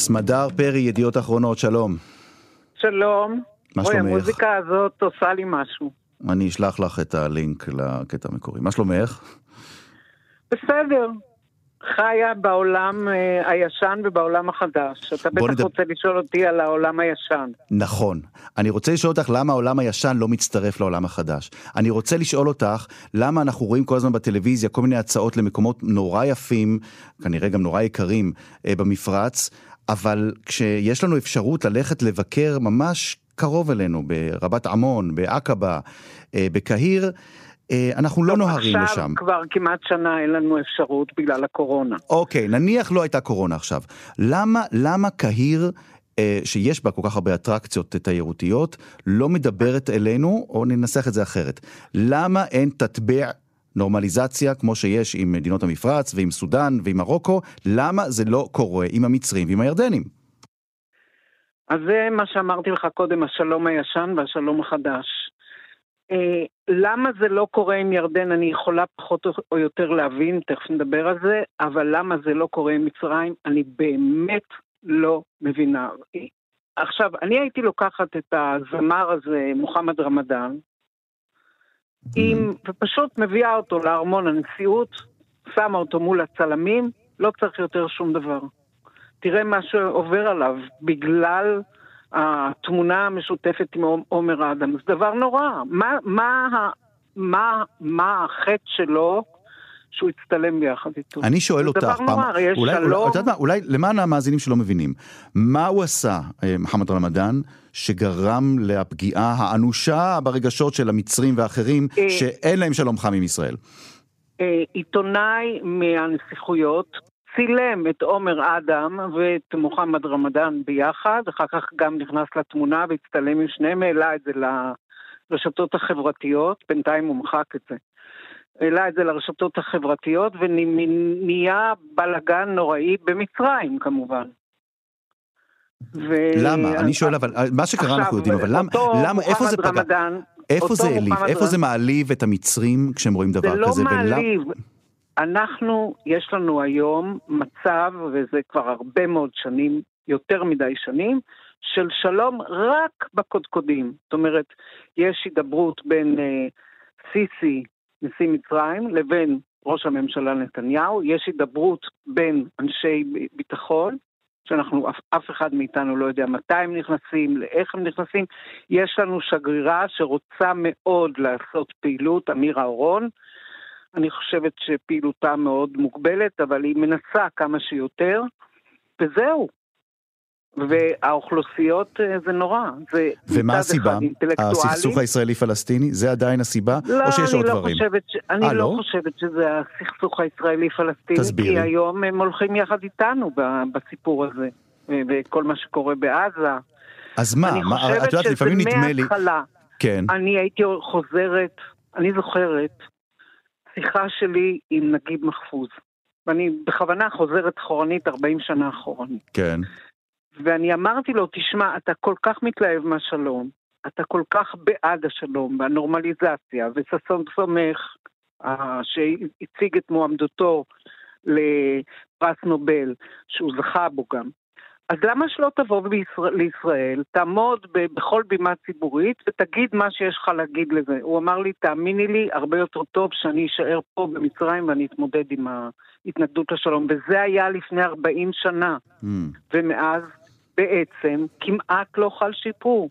סמדר פרי, ידיעות אחרונות, שלום. שלום. מה שלומך? המוזיקה הזאת עושה לי משהו. אני אשלח לך את הלינק לקטע המקורי. מה שלומך? בסדר. חיה בעולם הישן ובעולם החדש. אתה בטח רוצה לשאול אותי על העולם הישן. נכון. אני רוצה לשאול אותך למה העולם הישן לא מצטרף לעולם החדש. אני רוצה לשאול אותך למה אנחנו רואים כל הזמן בטלוויזיה כל מיני הצעות למקומות נורא יפים, כנראה גם נורא יקרים במפרץ, אבל כשיש לנו אפשרות ללכת לבקר ממש קרוב אלינו, ברבת עמון, בעקבה, בקהיר, אנחנו לא נוהרים לשם. עכשיו כבר כמעט שנה אין לנו אפשרות בגלל הקורונה. אוקיי, נניח לא הייתה קורונה עכשיו. למה קהיר, שיש בה כל כך הרבה אטרקציות תיירותיות, לא מדברת אלינו, או ננסח את זה אחרת? למה אין תטבע נורמליזציה כמו שיש עם מדינות המפרץ ועם סודן ועם מרוקו? למה זה לא קורה עם המצרים ועם הירדנים? אז זה מה שאמרתי לך קודם, השלום הישן והשלום החדש. למה זה לא קורה עם ירדן, אני יכולה פחות או יותר להבין, תכף נדבר על זה, אבל למה זה לא קורה עם מצרים, אני באמת לא מבינה. עכשיו, אני הייתי לוקחת את הזמר הזה, מוחמד רמדאן, ופשוט מביאה אותו לארמון הנשיאות, שמה אותו מול הצלמים, לא צריך יותר שום דבר. תראה מה שעובר עליו, בגלל התמונה המשותפת עם עומר אדם. זה דבר נורא. מה החטא שלו שהוא יצטלם ביחד איתו? אני שואל אותך, אולי למען המאזינים שלא מבינים, מה הוא עשה, מוחמד רמדאן, שגרם לפגיעה האנושה ברגשות של המצרים ואחרים, שאין להם שלום חם עם ישראל? עיתונאי מהנסיכויות, צילם את עומר אדם ואת מוחמד רמדאן ביחד, אחר כך גם נכנס לתמונה והצטלם עם שניהם, העלה את זה לרשתות החברתיות, בינתיים הוא מחק את זה, העלה את זה לרשתות החברתיות, ונהיה בלגן נוראי במצרים כמובן. למה? אני שואל, אבל מה שקרה אנחנו יודעים, אבל למה, איפה זה פגע? איפה זה העליב? איפה זה מעליב את המצרים כשהם רואים דבר כזה? זה לא מעליב. יש לנו היום מצב, וזה כבר הרבה מאוד שנים, יותר מדי שנים, של שלום רק בקודקודים. זאת אומרת, יש הידברות בין סיסי, נשיא מצרים, לבין ראש הממשלה נתניהו, יש הידברות בין אנשי ביטחון, שאנחנו, אף אחד מאיתנו לא יודע מתי הם נכנסים, לאיך הם נכנסים. יש לנו שגרירה שרוצה מאוד לעשות פעילות, אמירה אורון, אני חושבת שפעילותה מאוד מוגבלת, אבל היא מנסה כמה שיותר, וזהו. והאוכלוסיות זה נורא. ומה הסיבה? הסכסוך הישראלי-פלסטיני? זה עדיין הסיבה? או שיש עוד דברים? אני לא חושבת שזה הסכסוך הישראלי-פלסטיני, כי היום הם הולכים יחד איתנו בסיפור הזה, וכל מה שקורה בעזה. אז מה? את יודעת, לפעמים נדמה לי... אני הייתי חוזרת, אני זוכרת, שיחה שלי עם נגיב מחפוז, ואני בכוונה חוזרת אחורנית 40 שנה אחורנית. כן. ואני אמרתי לו, תשמע, אתה כל כך מתלהב מהשלום, אתה כל כך בעד השלום והנורמליזציה, וששון סומך, שהציג את מועמדותו לפרס נובל, שהוא זכה בו גם. אז למה שלא תבוא לישראל, תעמוד בכל בימה ציבורית, ותגיד מה שיש לך להגיד לזה. הוא אמר לי, תאמיני לי, הרבה יותר טוב שאני אשאר פה במצרים, ואני אתמודד עם ההתנגדות לשלום. וזה היה לפני 40 שנה. ומאז בעצם כמעט לא חל שיפור.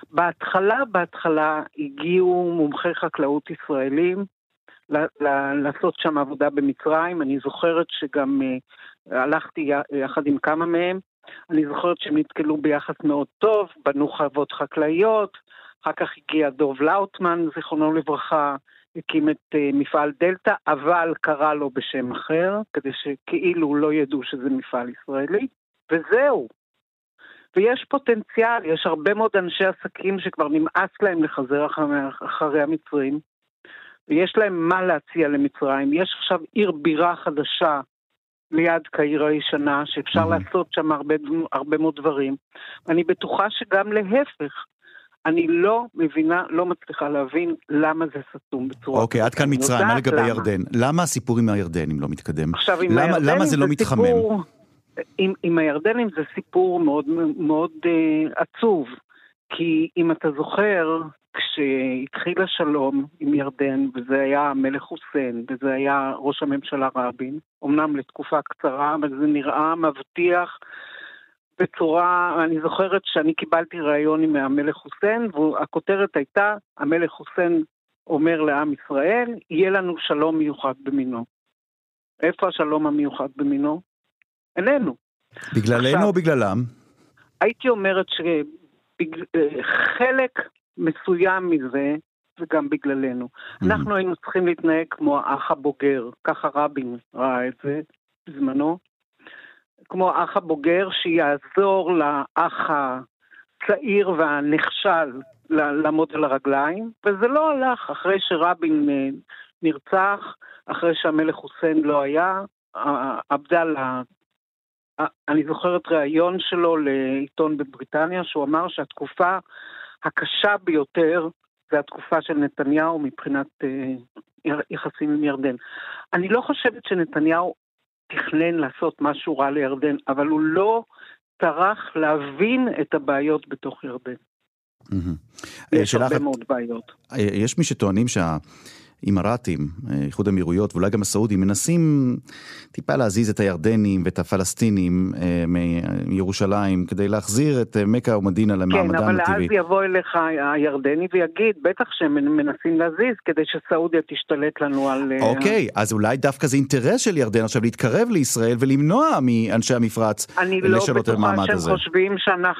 בהתחלה הגיעו מומחי חקלאות ישראלים, לעשות שם עבודה במצרים. אני זוכרת שגם הלכתי יחד עם כמה מהם, אני זוכרת שהם נתקלו ביחס מאוד טוב, בנו חוות חקלאיות, אחר כך הגיע דוב לאוטמן, זיכרונו לברכה, הקים את מפעל דלטה, אבל קרא לו בשם אחר, כדי שכאילו לא ידעו שזה מפעל ישראלי, וזהו. ויש פוטנציאל, יש הרבה מאוד אנשי עסקים שכבר נמאס להם לחזר אחרי המצרים, ויש להם מה להציע למצרים. יש עכשיו עיר בירה חדשה, ליד קהיר הישנה, שאפשר לעשות שם הרבה מאוד דברים. אני בטוחה שגם להפך, אני לא מבינה, לא מצליחה להבין למה זה סתום בצורה. אוקיי, עד כאן מצרים, מה לגבי ירדן? למה הסיפור עם הירדנים לא מתקדם? עכשיו, עם הירדנים למה זה לא מתחמם? עם הירדנים זה סיפור מאוד מאוד עצוב, כי אם אתה זוכר, כשהתחיל השלום עם ירדן, וזה היה המלך חוסיין, וזה היה ראש הממשלה רבין, אמנם לתקופה קצרה, אבל זה נראה מבטיח בצורה, אני זוכרת שאני קיבלתי ראיון עם המלך חוסיין, והכותרת הייתה, המלך חוסיין אומר לעם ישראל, יהיה לנו שלום מיוחד במינו. איפה השלום המיוחד במינו? איננו. בגללנו עכשיו, או בגללם? הייתי אומרת שחלק מסוים מזה, זה גם בגללנו. אנחנו היינו צריכים להתנהג כמו האח הבוגר, ככה רבין ראה את זה בזמנו, כמו האח הבוגר שיעזור לאח הצעיר והנכשל לעמוד על הרגליים, וזה לא הלך אחרי שרבין נרצח, אחרי שהמלך חוסיין לא היה, עבדאללה, אני זוכרת ראיון שלו לעיתון בבריטניה, שהוא אמר שהתקופה הקשה ביותר זה התקופה של נתניהו מבחינת יחסים עם ירדן. אני לא חושבת שנתניהו תכנן לעשות משהו רע לירדן, אבל הוא לא טרח להבין את הבעיות בתוך ירדן. יש הרבה מאוד בעיות. יש מי שטוענים האמירתים, איחוד האמירויות ואולי גם הסעודים, מנסים טיפה להזיז את הירדנים ואת הפלסטינים מירושלים, כדי להחזיר את מקה ומדינה למעמדם הטבעי. כן, אבל אז יבוא אליך הירדני ויגיד, בטח שהם מנסים להזיז, כדי שסעודיה תשתלט לנו על... אוקיי, אז אולי דווקא זה אינטרס של ירדן עכשיו להתקרב לישראל ולמנוע מאנשי המפרץ לשנות את המעמד הזה. אני לא בטוחה שהם חושבים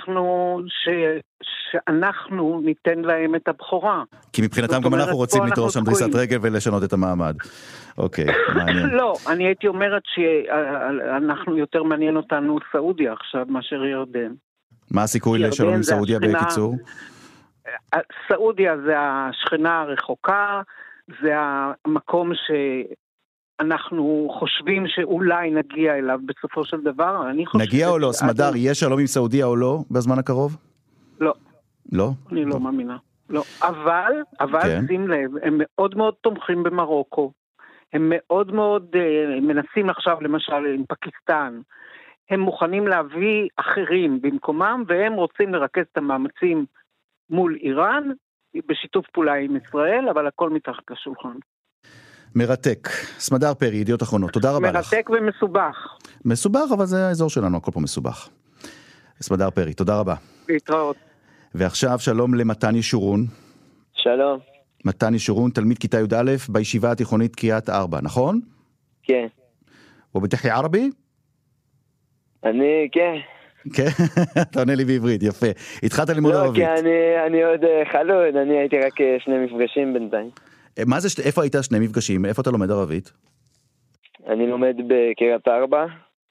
שאנחנו ניתן להם את הבכורה. כי מבחינתם גם אנחנו רוצים לדרוש שם דריסת רגל ולשנות את המעמד. אוקיי, מעניין. לא, אני הייתי אומרת שאנחנו יותר מעניין אותנו סעודיה עכשיו מאשר ירדן. מה הסיכוי לשלום עם סעודיה בקיצור? סעודיה זה השכנה הרחוקה, זה המקום שאנחנו חושבים שאולי נגיע אליו בסופו של דבר. נגיע או לא? סמדר, יש שלום עם סעודיה או לא בזמן הקרוב? לא. לא? אני לא מאמינה. לא. אבל שים לב, הם מאוד מאוד תומכים במרוקו. הם מאוד מאוד מנסים עכשיו, למשל, עם פקיסטן. הם מוכנים להביא אחרים במקומם, והם רוצים לרכז את המאמצים מול איראן, בשיתוף פעולה עם ישראל, אבל הכל מתחת לשולחן. מרתק. סמדר פרי, ידיעות אחרונות. תודה רבה לך. מרתק ומסובך. מסובך, אבל זה האזור שלנו, הכל פה מסובך. סמדר פרי, תודה רבה. להתראות. ועכשיו שלום למתן ישורון. שלום. מתן ישורון, תלמיד כיתה י"א בישיבה התיכונית קריית ארבע, נכון? כן. ובתחי ערבי? אני, כן. כן? אתה עונה לי בעברית, יפה. התחלת ללמוד ערבית. לא, כי אני עוד חלוד, אני הייתי רק 2 מפגשים בינתיים. מה זה, איפה היית 2 מפגשים? איפה אתה לומד ערבית? אני לומד בקריית ארבע.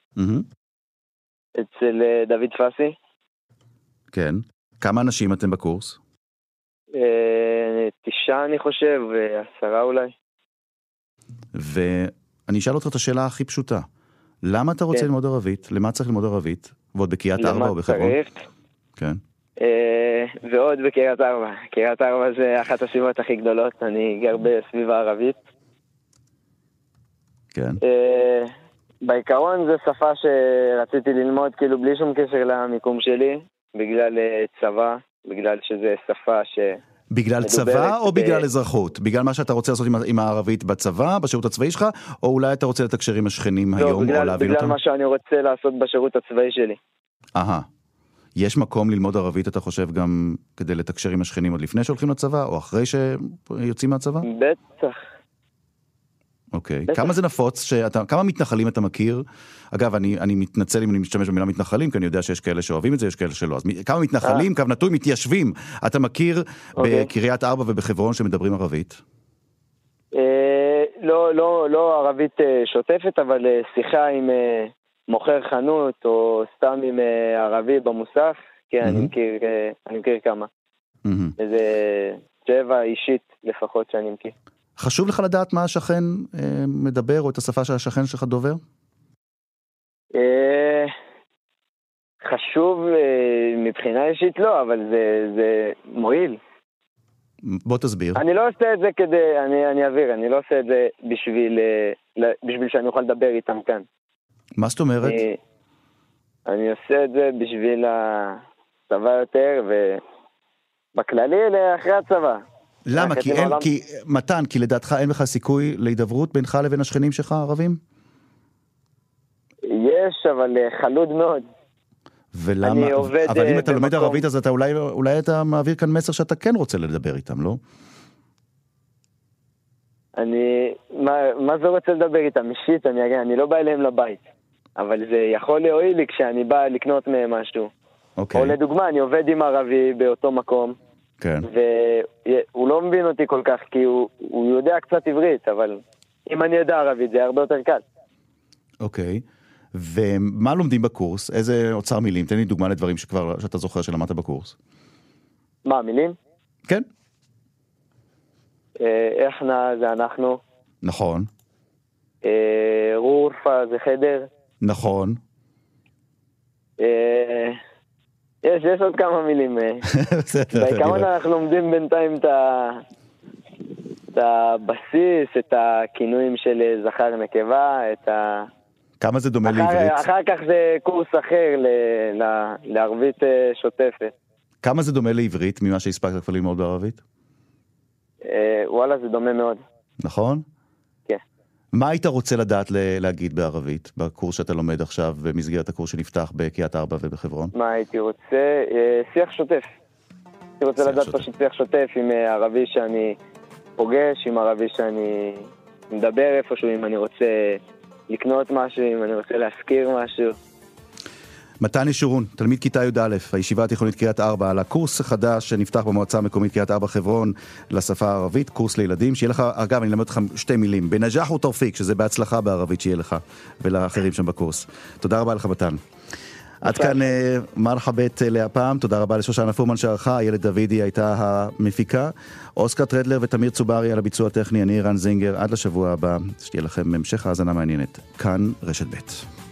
אצל דוד פסי. כן. כמה אנשים אתם בקורס? 9 אני חושב, 10 אולי. ואני אשאל אותך את השאלה הכי פשוטה. למה אתה רוצה ללמוד ערבית? למה צריך ללמוד ערבית? ועוד בקריית ארבע או בחברון? למה צריך? כן. ועוד בקריית ארבע. קריית ארבע זה אחת הסיבות הכי גדולות. אני גר בסביבה ערבית. כן. בעיקרון זו שפה שרציתי ללמוד כאילו בלי שום קשר למיקום שלי, בגלל צבא, בגלל שזה שפה ש... בגלל צבא או בגלל אזרחות? בגלל מה שאתה רוצה לעשות עם הערבית בצבא, בשירות הצבאי שלך, או אולי אתה רוצה לתקשר עם השכנים היום או להבין אותם? בגלל מה שאני רוצה לעשות בשירות הצבאי שלי. יש מקום ללמוד ערבית, אתה חושב, גם כדי לתקשר עם השכנים עוד לפני שהולכים לצבא, או אחרי שיוצאים מהצבא? בטח. אוקיי. כמה זה נפוץ? כמה מתנחלים אתה מכיר? אגב, אני מתנצל אם אני משתמש במילה מתנחלים, כי אני יודע שיש כאלה שאוהבים את זה, יש כאלה שלא. אז כמה מתנחלים, קו נטוי, מתיישבים, אתה מכיר בקריית ארבע ובחברון שמדברים ערבית? לא ערבית שוטפת, אבל שיחה עם מוכר חנות, או סתם עם ערבי במוסף, כן, אני מכיר כמה. איזה 7 אישית לפחות שאני מכיר. חשוב לך לדעת מה השכן מדבר, או את השפה שהשכן שלך דובר? חשוב מבחינה אישית לא, אבל זה מועיל. בוא תסביר. אני לא עושה את זה כדי, אני אעביר, אני לא עושה את זה בשביל שאני אוכל לדבר איתם כאן. מה זאת אומרת? אני עושה את זה בשביל הצבא יותר, ובכללי אחרי הצבא. למה? כי מתן, כי לדעתך אין לך סיכוי להידברות בינך לבין השכנים שלך הערבים? יש, אבל חלוד מאוד. ולמה? אבל אם אתה לומד ערבית, אז אולי אתה מעביר כאן מסר שאתה כן רוצה לדבר איתם, לא? מה זה רוצה לדבר איתם? אישית, אני לא בא אליהם לבית. אבל זה יכול להועיל לי כשאני בא לקנות מהם משהו. או לדוגמה, אני עובד עם ערבי באותו מקום. כן. והוא לא מבין אותי כל כך, כי הוא יודע קצת עברית, אבל אם אני יודע ערבית, זה הרבה יותר קל. אוקיי. ומה לומדים בקורס? איזה אוצר מילים? תן לי דוגמה לדברים שאתה זוכר שלמדת בקורס. מה, מילים? כן. איחנה זה אנחנו. נכון. רורפה זה חדר. נכון. יש עוד כמה מילים. בעיקרון אנחנו לומדים בינתיים את הבסיס, את הכינויים של זכר נקבה, כמה זה דומה לעברית? אחר כך זה קורס אחר לערבית שוטפת. כמה זה דומה לעברית ממה שהספקת כבר ללמוד בערבית? וואלה, זה דומה מאוד. נכון? כן. מה היית רוצה לדעת להגיד בערבית, בקורס שאתה לומד עכשיו, במסגרת הקורס שנפתח בקריית ארבע ובחברון? מה הייתי רוצה? שיח שוטף. הייתי רוצה לדעת פשוט שיח שוטף עם ערבי שאני פוגש, עם ערבי שאני מדבר איפשהו, אם אני רוצה לקנות משהו, אם אני רוצה להזכיר משהו. מתן ישורון, תלמיד כיתה י"א, הישיבה התיכונית קריית ארבע, על הקורס החדש שנפתח במועצה המקומית קריית ארבע חברון לשפה הערבית, קורס לילדים, שיהיה לך, אגב, אני למד לך שתי מילים, בנג'ח ותרפיק, שזה בהצלחה בערבית שיהיה לך ולאחרים שם בקורס. תודה רבה לך מתן. עד כאן מרחבת להפעם, תודה רבה לשושנה פורמן שערכה, איילת דוידי הייתה המפיקה, אוסקר טרדלר ותמיר צוברי על הביצוע הטכני, אני ערן זינגר, עד לשבוע הבא, שתהיה לכם המשך האזנה מעניינת, כאן רשת ב'.